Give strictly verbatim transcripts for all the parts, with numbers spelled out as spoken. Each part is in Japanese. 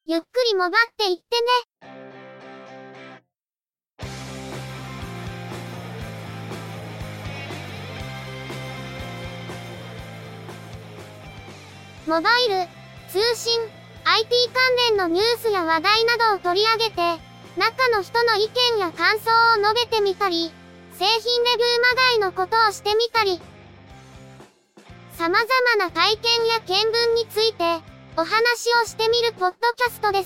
ゆっくりもばっていってね。モバイル、通信、アイティー 関連のニュースや話題などを取り上げて、中の人の意見や感想を述べてみたり、製品レビューまがいのことをしてみたり、様々な体験や見聞について、お話をしてみるポッドキャストです。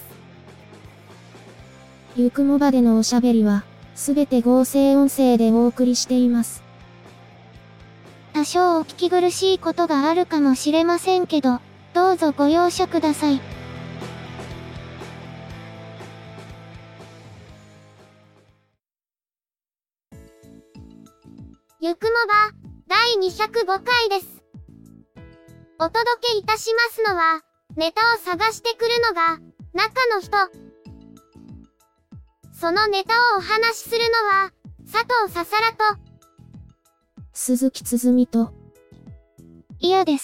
ゆくもばでのおしゃべりは、すべて合成音声でお送りしています。 多少お聞き苦しいことがあるかもしれませんけど、どうぞご容赦ください。ゆくもば、だいにひゃくごかいです。お届けいたしますのは、ネタを探してくるのが、中の人。そのネタをお話しするのは、佐藤ささらと、 鈴木つづみと、 いやです。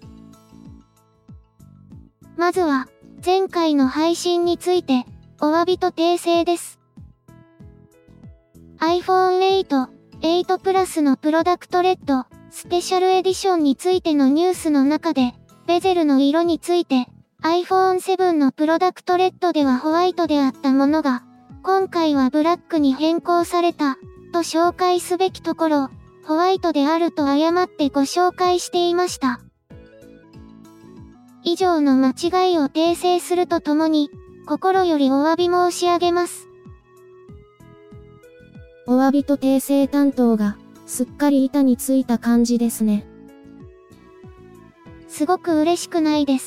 まずは、前回の配信について、お詫びと訂正です。アイフォンエイト、エイトプラスのプロダクトレッド、スペシャルエディションについてのニュースの中で、ベゼルの色について、アイフォンセブンのプロダクトレッドではホワイトであったものが、今回はブラックに変更された、と紹介すべきところ、ホワイトであると誤ってご紹介していました。以上の間違いを訂正するとともに、心よりお詫び申し上げます。 お詫びと訂正担当が、すっかり板についた感じですね。 すごく嬉しくないです。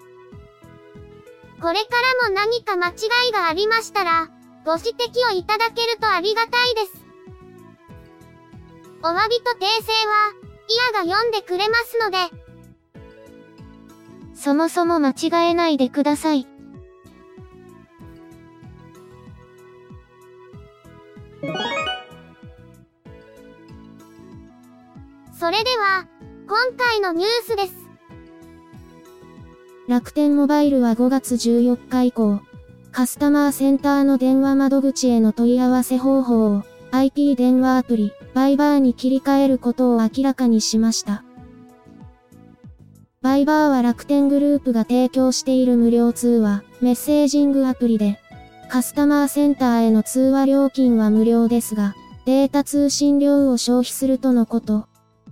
これからも何か間違いがありましたら、ご指摘をいただけるとありがたいです。お詫びと訂正は、イヤが読んでくれますので。そもそも間違えないでください。それでは、今回のニュースです。 楽天モバイルはごがつじゅうよっか以降、カスタマーセンターの電話窓口への問い合わせ方法を アイピー 電話アプリ、バイバーに切り替えることを明らかにしました。バイバーは楽天グループが提供している無料通話、メッセージングアプリで、カスタマーセンターへの通話料金は無料ですが、データ通信料を消費するとのこと。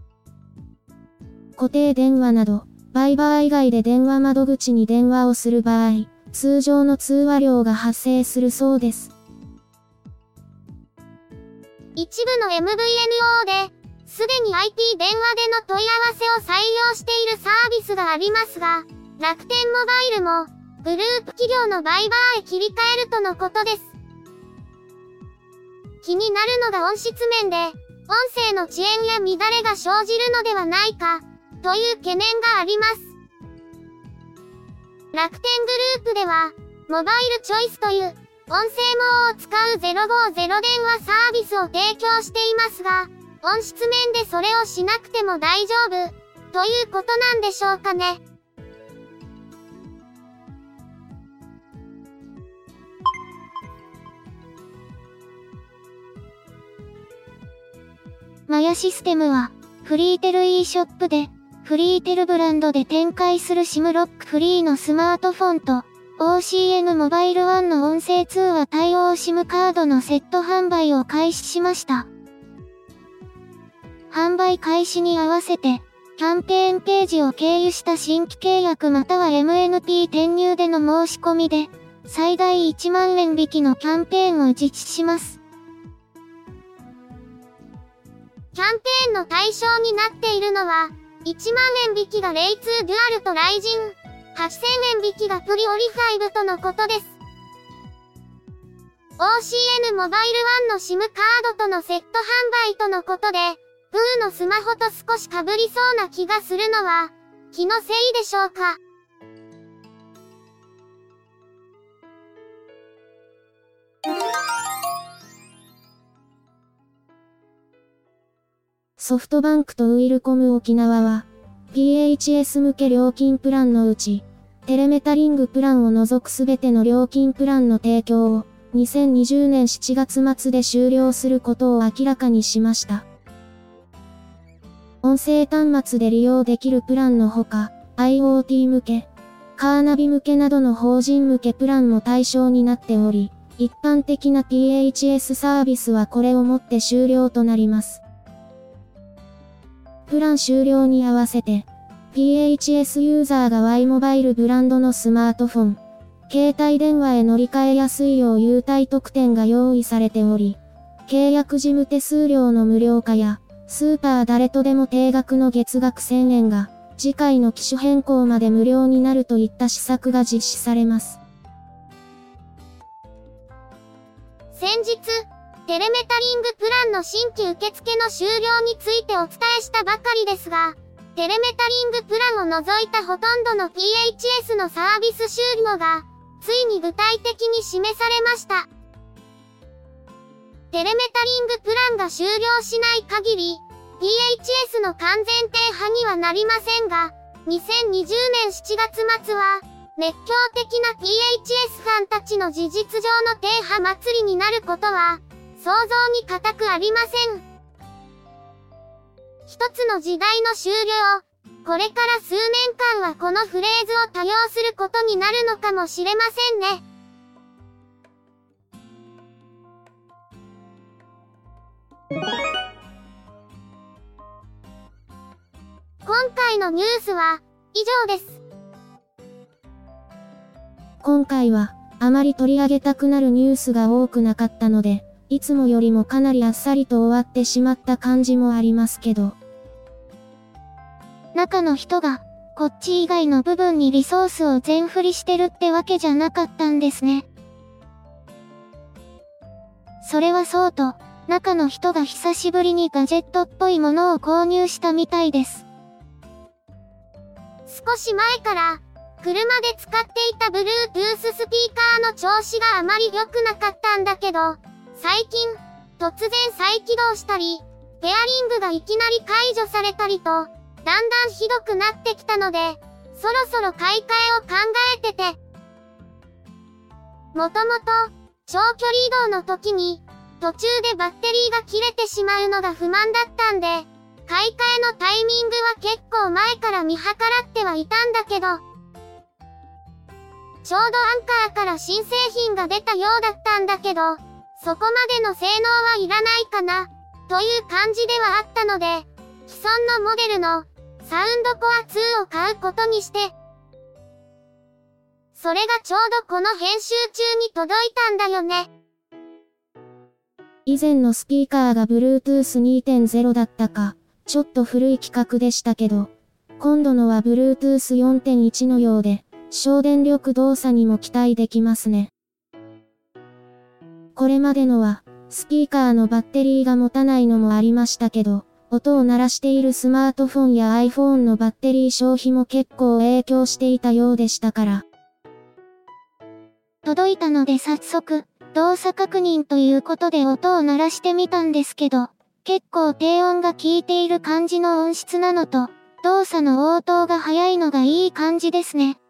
固定電話など、バイバー以外で電話窓口に電話をする場合、通常の通話料が発生するそうです。 一部の エムブイエヌオー で、すでに アイピー 電話での問い合わせを採用しているサービスがありますが、楽天モバイルも、グループ企業のバイバーへ切り替えるとのことです。気になるのが音質面で、音声の遅延や乱れが生じるのではないか、という懸念があります。楽天グループでは、モバイルチョイスという、音声網を使うゼロごゼロ電話サービスを提供していますが、音質面でそれをしなくても大丈夫、ということなんでしょうかね。マヤシステムは、フリーテル e ショップで、フリーテルブランドで展開する SIM ロックフリーのスマートフォンと、オーシーエヌ モバイルワンの音声通話対応 SIM カードのセット販売を開始しました。販売開始に合わせて、キャンペーンページを経由した新規契約または エムエヌピー 転入での申し込みで、最大いちまんえん引きのキャンペーンを実施します。キャンペーンの対象になっているのは、いちまんえん引きがレイツーデュアルとライジン、はっせんえん引きがプリオリファイブとのことです。オーシーエヌ モバイルワンの SIM カードとのセット販売とのことで、プーのスマホと少し被りそうな気がするのは、気のせいでしょうか。 ソフトバンクとウイルコム沖縄は、ピーエイチエス 向け料金プランのうち、 テレメタリングプランを除くすべての料金プランの提供をにせんにじゅうねんしちがつ末で終了することを明らかにしました。音声端末で利用できるプランのほか、IoT 向け、カーナビ向けなどの法人向けプランも対象になっており、一般的な ピーエイチエス サービスはこれをもって終了となります。プラン終了に合わせて、ピーエイチエス ユーザーが Y モバイルブランドのスマートフォン、携帯電話へ乗り換えやすいよう優待特典が用意されており、契約事務手数料の無料化や、スーパー誰とでも定額の月額せんえんが、次回の機種変更まで無料になるといった施策が実施されます。 先日、テレメタリングプランの新規受付の終了についてお伝えしたばかりですが、テレメタリングプランを除いたほとんどの ピーエイチエス のサービス終了が、ついに具体的に示されました。テレメタリングプランが終了しない限り、ピーエイチエス の完全停波にはなりませんが、にせんにじゅうねんしちがつ末は、熱狂的な ピーエイチエス ファンたちの事実上の停波祭りになることは、想像に難くありません。一つの時代の終了、これから数年間はこのフレーズを多用することになるのかもしれませんね。今回のニュースは以上です。 今回はあまり取り上げたくなるニュースが多くなかったので、いつもよりもかなりあっさりと終わってしまった感じもありますけど。 中の人がこっち以外の部分にリソースを全振りしてるってわけじゃなかったんですね。それはそうと、中の人が久しぶりにガジェットっぽいものを購入したみたいです。少し前から、車で使っていた Bluetooth スピーカーの調子があまり良くなかったんだけど、最近、突然再起動したり、ペアリングがいきなり解除されたりと、だんだんひどくなってきたので、そろそろ買い替えを考えてて。もともと、長距離移動の時に、途中でバッテリーが切れてしまうのが不満だったんで、買い替えのタイミングは結構前から見計らってはいたんだけど、ちょうどアンカーから新製品が出たようだったんだけど、そこまでの性能はいらないかな、という感じではあったので、既存のモデルのサウンドコアツーを買うことにして、それがちょうどこの編集中に届いたんだよね。 以前のスピーカーが ブルートゥースにてんゼロ だったか、ちょっと古い企画でしたけど、今度のは ブルートゥースよんてんいち のようで、省電力動作にも期待できますね。これまでのは、スピーカーのバッテリーが持たないのもありましたけど、音を鳴らしているスマートフォンや iPhone のバッテリー消費も結構影響していたようでしたから。 届いたので早速、動作確認ということで音を鳴らしてみたんですけど、結構低音が効いている感じの音質なのと、動作の応答が早いのがいい感じですね。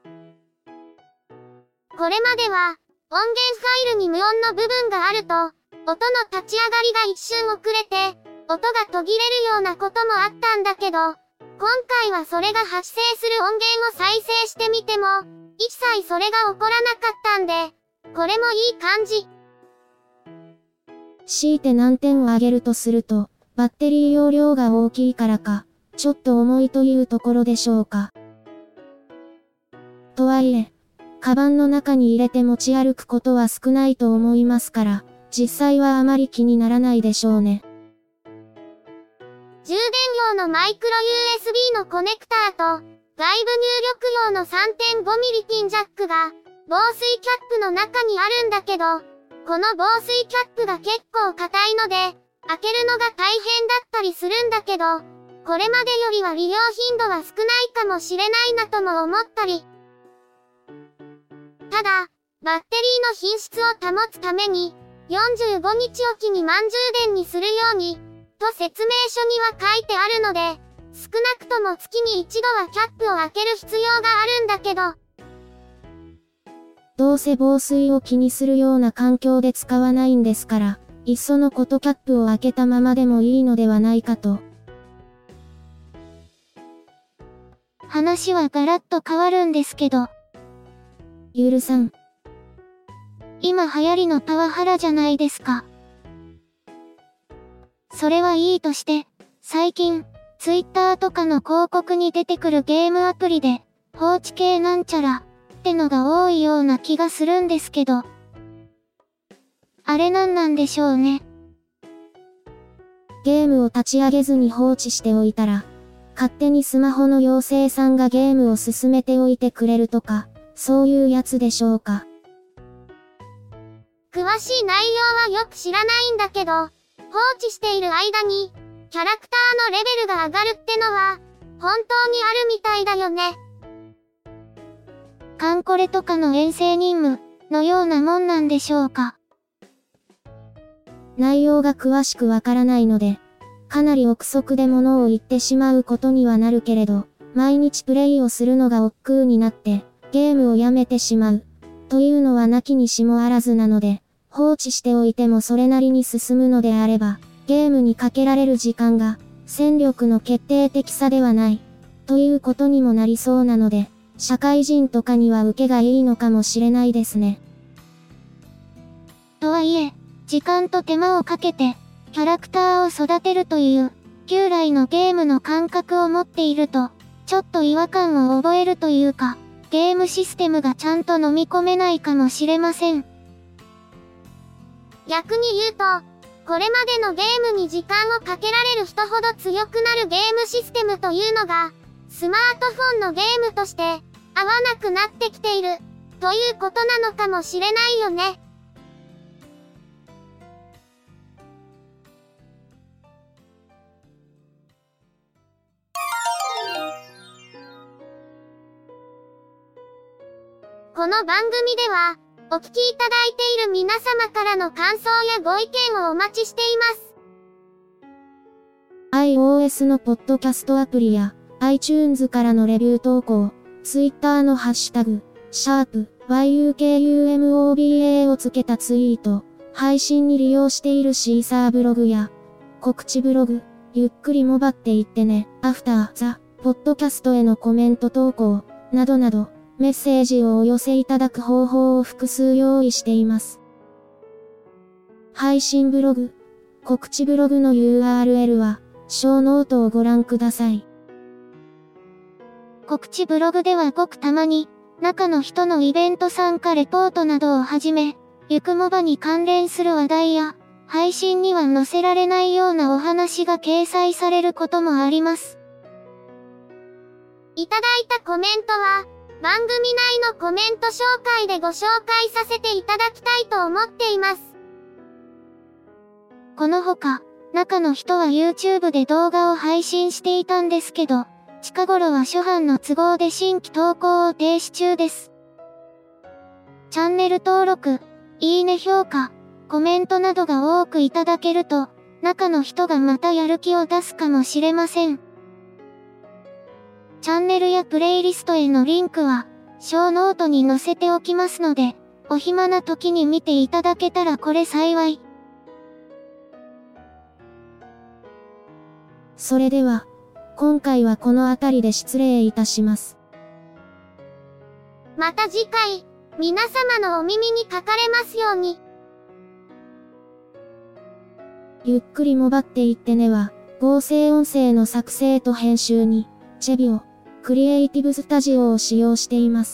これまでは、音源ファイルに無音の部分があると、音の立ち上がりが一瞬遅れて、音が途切れるようなこともあったんだけど、今回はそれが発生する音源を再生してみても、一切それが起こらなかったんで、これもいい感じ。 強いて難点を挙げるとすると、バッテリー容量が大きいからか、ちょっと重いというところでしょうか。とはいえ、カバンの中に入れて持ち歩くことは少ないと思いますから、実際はあまり気にならないでしょうね。 充電用のマイクロ ユーエスビー のコネクターと、外部入力用の さんてんごミリ ピンジャックが、防水キャップの中にあるんだけど、この防水キャップが結構硬いので、開けるのが大変だったりするんだけど、これまでよりは利用頻度は少ないかもしれないなとも思ったり。ただ、バッテリーの品質を保つために、よんじゅうごにちおきに満充電にするように、と説明書には書いてあるので、少なくとも月に一度はキャップを開ける必要があるんだけど、 どうせ防水を気にするような環境で使わないんですから、いっそのことキャップを開けたままでもいいのではないかと。 話はガラッと変わるんですけど。 ゆるさん。 今流行りのパワハラじゃないですか。それはいいとして、最近、ツイッターとかの広告に出てくるゲームアプリで、放置系なんちゃら、ってのが多いような気がするんですけど。あれなんなんでしょうね。 ゲームを立ち上げずに放置しておいたら、勝手にスマホの妖精さんがゲームを進めておいてくれるとか、そういうやつでしょうか。 詳しい内容はよく知らないんだけど、放置している間に、キャラクターのレベルが上がるってのは、本当にあるみたいだよね。 カンコレとかの遠征任務、のようなもんなんでしょうか。 内容が詳しくわからないので、かなり憶測で物を言ってしまうことにはなるけれど、毎日プレイをするのが億劫になって、ゲームをやめてしまう、というのはなきにしもあらずなので、放置しておいてもそれなりに進むのであれば、ゲームにかけられる時間が、戦力の決定的差ではない、ということにもなりそうなので、社会人とかには受けがいいのかもしれないですね。 とはいえ、時間と手間をかけて、キャラクターを育てるという、旧来のゲームの感覚を持っていると、ちょっと違和感を覚えるというか、ゲームシステムがちゃんと飲み込めないかもしれません。 逆に言うと、これまでのゲームに時間をかけられる人ほど強くなるゲームシステムというのが、スマートフォンのゲームとして、合わなくなってきている、ということなのかもしれないよね。この番組では、お聞きいただいている皆様からの感想やご意見をお待ちしています。 iOS のポッドキャストアプリや iTunes からのレビュー投稿、Twitter のハッシュタグ、シャープ ワイユーケーユーエムオービーエー をつけたツイート、配信に利用しているシーサーブログや、告知ブログ、ゆっくりもばっていってね、アフターザ、ポッドキャストへのコメント投稿、などなど、メッセージをお寄せいただく方法を複数用意しています。配信ブログ、告知ブログの ユーアールエル は、小ノートをご覧ください。 告知ブログではごくたまに、中の人のイベント参加レポートなどをはじめ、ゆくもばに関連する話題や、配信には載せられないようなお話が掲載されることもあります。 いただいたコメントは、番組内のコメント紹介でご紹介させていただきたいと思っています。 このほか、中の人は YouTube で動画を配信していたんですけど、近頃は諸般の都合で新規投稿を停止中です。チャンネル登録、いいね評価、コメントなどが多くいただけると、中の人がまたやる気を出すかもしれません。チャンネルやプレイリストへのリンクは、小ノートに載せておきますので、お暇な時に見ていただけたらこれ幸い。 それでは、今回はこの辺りで失礼いたします。 また次回、皆様のお耳にかかれますように。 ゆっくりもばっていってねは、合成音声の作成と編集に、チェビオ、クリエイティブスタジオを使用しています。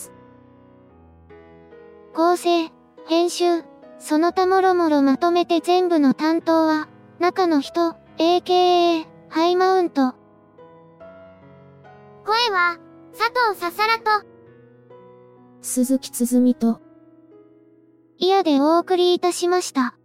構成、編集、その他もろもろまとめて全部の担当は、中の人、エーケーエー、ハイマウント。 声は、佐藤ささらと、 鈴木つづみと、 イヤでお送りいたしました。